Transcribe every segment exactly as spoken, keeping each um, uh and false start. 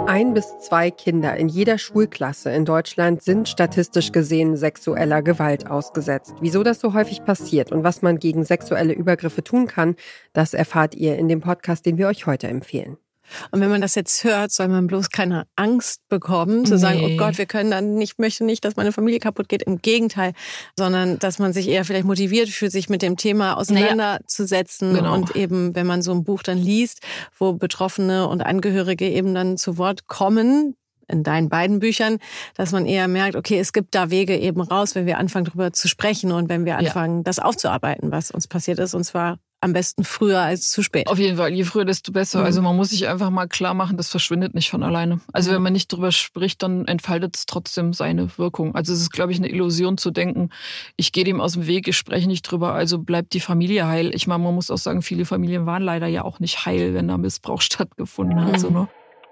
Ein bis zwei Kinder in jeder Schulklasse in Deutschland sind statistisch gesehen sexueller Gewalt ausgesetzt. Wieso das so häufig passiert und was man gegen sexuelle Übergriffe tun kann, das erfahrt ihr in dem Podcast, den wir euch heute empfehlen. Und wenn man das jetzt hört, soll man bloß keine Angst bekommen, zu nee. sagen, oh Gott, wir können dann nicht, möchte nicht, dass meine Familie kaputt geht. Im Gegenteil, sondern dass man sich eher vielleicht motiviert fühlt, sich mit dem Thema auseinanderzusetzen. Naja, genau. Und eben, wenn man so ein Buch dann liest, wo Betroffene und Angehörige eben dann zu Wort kommen, in deinen beiden Büchern, dass man eher merkt, okay, es gibt da Wege eben raus, wenn wir anfangen, darüber zu sprechen und wenn wir anfangen, ja. das aufzuarbeiten, was uns passiert ist, und zwar am besten früher als zu spät. Auf jeden Fall, je früher, desto besser. Mhm. Also man muss sich einfach mal klar machen, das verschwindet nicht von alleine. Also mhm. wenn man nicht drüber spricht, dann entfaltet es trotzdem seine Wirkung. Also es ist, glaube ich, eine Illusion zu denken, ich gehe dem aus dem Weg, ich spreche nicht drüber, also bleibt die Familie heil. Ich meine, man muss auch sagen, viele Familien waren leider ja auch nicht heil, wenn da Missbrauch stattgefunden hat. Mhm. So, ne?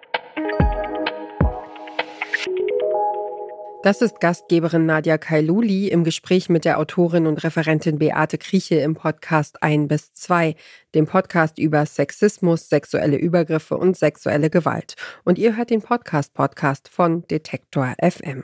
Das ist Gastgeberin Nadia Kailouli im Gespräch mit der Autorin und Referentin Beate Krieche im Podcast ein bis zwei, dem Podcast über Sexismus, sexuelle Übergriffe und sexuelle Gewalt. Und ihr hört den Podcast-Podcast von Detektor F M.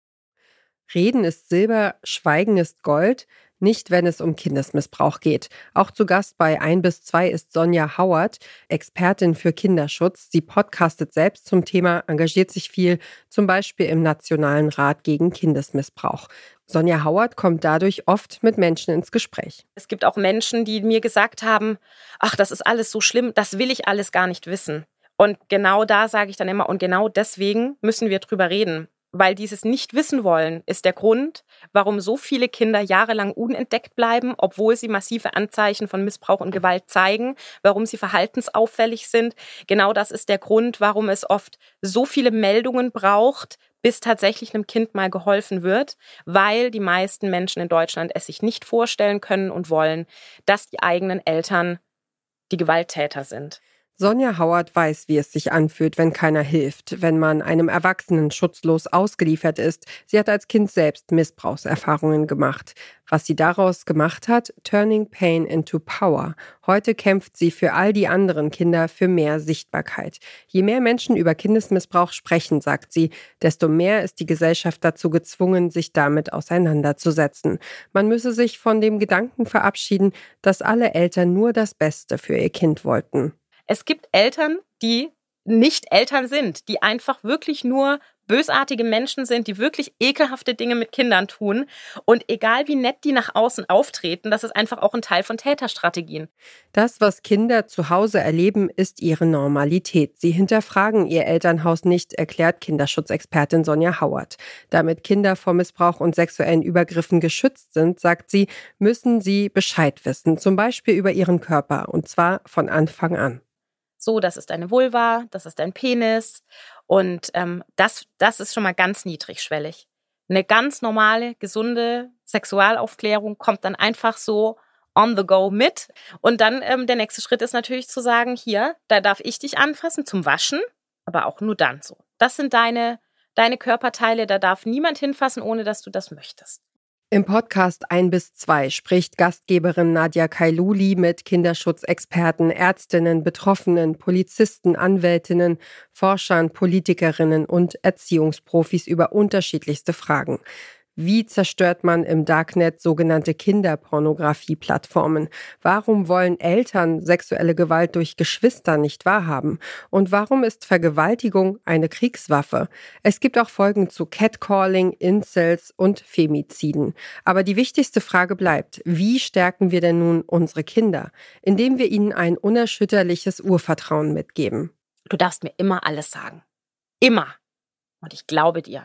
Reden ist Silber, Schweigen ist Gold. Nicht, wenn es um Kindesmissbrauch geht. Auch zu Gast bei ein bis zwei ist Sonja Hauert, Expertin für Kinderschutz. Sie podcastet selbst zum Thema, engagiert sich viel, zum Beispiel im Nationalen Rat gegen Kindesmissbrauch. Sonja Hauert kommt dadurch oft mit Menschen ins Gespräch. Es gibt auch Menschen, die mir gesagt haben, ach, das ist alles so schlimm, das will ich alles gar nicht wissen. Und genau da sage ich dann immer, und genau deswegen müssen wir drüber reden. Weil dieses Nicht-Wissen-Wollen ist der Grund, warum so viele Kinder jahrelang unentdeckt bleiben, obwohl sie massive Anzeichen von Missbrauch und Gewalt zeigen, warum sie verhaltensauffällig sind. Genau das ist der Grund, warum es oft so viele Meldungen braucht, bis tatsächlich einem Kind mal geholfen wird, weil die meisten Menschen in Deutschland es sich nicht vorstellen können und wollen, dass die eigenen Eltern die Gewalttäter sind. Sonja Hauert weiß, wie es sich anfühlt, wenn keiner hilft, wenn man einem Erwachsenen schutzlos ausgeliefert ist. Sie hat als Kind selbst Missbrauchserfahrungen gemacht. Was sie daraus gemacht hat, Turning Pain into Power. Heute kämpft sie für all die anderen Kinder für mehr Sichtbarkeit. Je mehr Menschen über Kindesmissbrauch sprechen, sagt sie, desto mehr ist die Gesellschaft dazu gezwungen, sich damit auseinanderzusetzen. Man müsse sich von dem Gedanken verabschieden, dass alle Eltern nur das Beste für ihr Kind wollten. Es gibt Eltern, die nicht Eltern sind, die einfach wirklich nur bösartige Menschen sind, die wirklich ekelhafte Dinge mit Kindern tun. Und egal wie nett die nach außen auftreten, das ist einfach auch ein Teil von Täterstrategien. Das, was Kinder zu Hause erleben, ist ihre Normalität. Sie hinterfragen ihr Elternhaus nicht, erklärt Kinderschutzexpertin Sonja Hauert. Damit Kinder vor Missbrauch und sexuellen Übergriffen geschützt sind, sagt sie, müssen sie Bescheid wissen, zum Beispiel über ihren Körper, und zwar von Anfang an. So, das ist deine Vulva, das ist dein Penis, und ähm, das, das ist schon mal ganz niedrigschwellig. Eine ganz normale, gesunde Sexualaufklärung kommt dann einfach so on the go mit. Und dann ähm, der nächste Schritt ist natürlich zu sagen, hier, da darf ich dich anfassen zum Waschen, aber auch nur dann so. Das sind deine, deine Körperteile, da darf niemand hinfassen, ohne dass du das möchtest. Im Podcast ein bis zwei spricht Gastgeberin Nadia Kailouli mit Kinderschutzexperten, Ärztinnen, Betroffenen, Polizisten, Anwältinnen, Forschern, Politikerinnen und Erziehungsprofis über unterschiedlichste Fragen. Wie zerstört man im Darknet sogenannte Kinderpornografie-Plattformen? Warum wollen Eltern sexuelle Gewalt durch Geschwister nicht wahrhaben? Und warum ist Vergewaltigung eine Kriegswaffe? Es gibt auch Folgen zu Catcalling, Incels und Femiziden. Aber die wichtigste Frage bleibt, wie stärken wir denn nun unsere Kinder? Indem wir ihnen ein unerschütterliches Urvertrauen mitgeben. Du darfst mir immer alles sagen. Immer. Und ich glaube dir.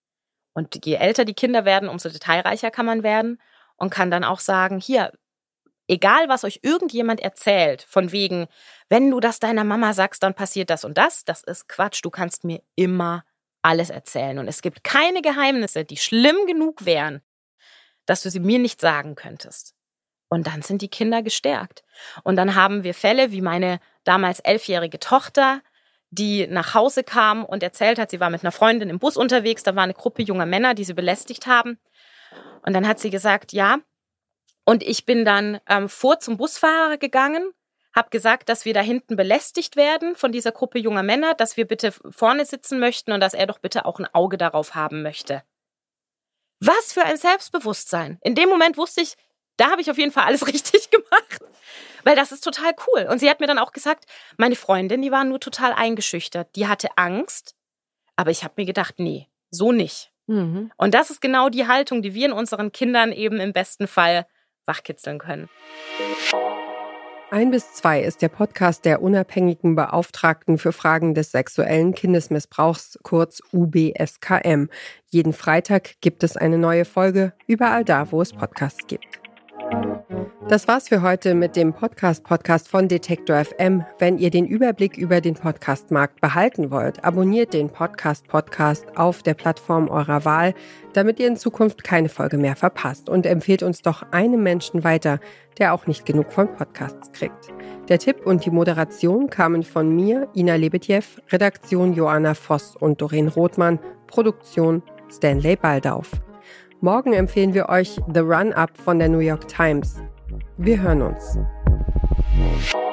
Und je älter die Kinder werden, umso detailreicher kann man werden und kann dann auch sagen, hier, egal was euch irgendjemand erzählt, von wegen, wenn du das deiner Mama sagst, dann passiert das und das, das ist Quatsch, du kannst mir immer alles erzählen. Und es gibt keine Geheimnisse, die schlimm genug wären, dass du sie mir nicht sagen könntest. Und dann sind die Kinder gestärkt. Und dann haben wir Fälle wie meine damals elfjährige Tochter, die nach Hause kam und erzählt hat, sie war mit einer Freundin im Bus unterwegs, da war eine Gruppe junger Männer, die sie belästigt haben. Und dann hat sie gesagt, ja, und ich bin dann ähm, vor zum Busfahrer gegangen, habe gesagt, dass wir da hinten belästigt werden von dieser Gruppe junger Männer, dass wir bitte vorne sitzen möchten und dass er doch bitte auch ein Auge darauf haben möchte. Was für ein Selbstbewusstsein. In dem Moment wusste ich, da habe ich auf jeden Fall alles richtig gemacht, weil das ist total cool. Und sie hat mir dann auch gesagt, meine Freundin, die war nur total eingeschüchtert, die hatte Angst, aber ich habe mir gedacht, nee, so nicht. Mhm. Und das ist genau die Haltung, die wir in unseren Kindern eben im besten Fall wachkitzeln können. Ein bis zwei ist der Podcast der unabhängigen Beauftragten für Fragen des sexuellen Kindesmissbrauchs, kurz U B S K M. Jeden Freitag gibt es eine neue Folge, überall da, wo es Podcasts gibt. Das war's für heute mit dem Podcast-Podcast von Detektor F M. Wenn ihr den Überblick über den Podcast-Markt behalten wollt, abonniert den Podcast-Podcast auf der Plattform eurer Wahl, damit ihr in Zukunft keine Folge mehr verpasst. Und empfehlt uns doch einem Menschen weiter, der auch nicht genug von Podcasts kriegt. Der Tipp und die Moderation kamen von mir, Ina Lebetjew, Redaktion Joanna Voss und Doreen Rothmann, Produktion Stanley Baldauf. Morgen empfehlen wir euch The Run-Up von der New York Times. Wir hören uns.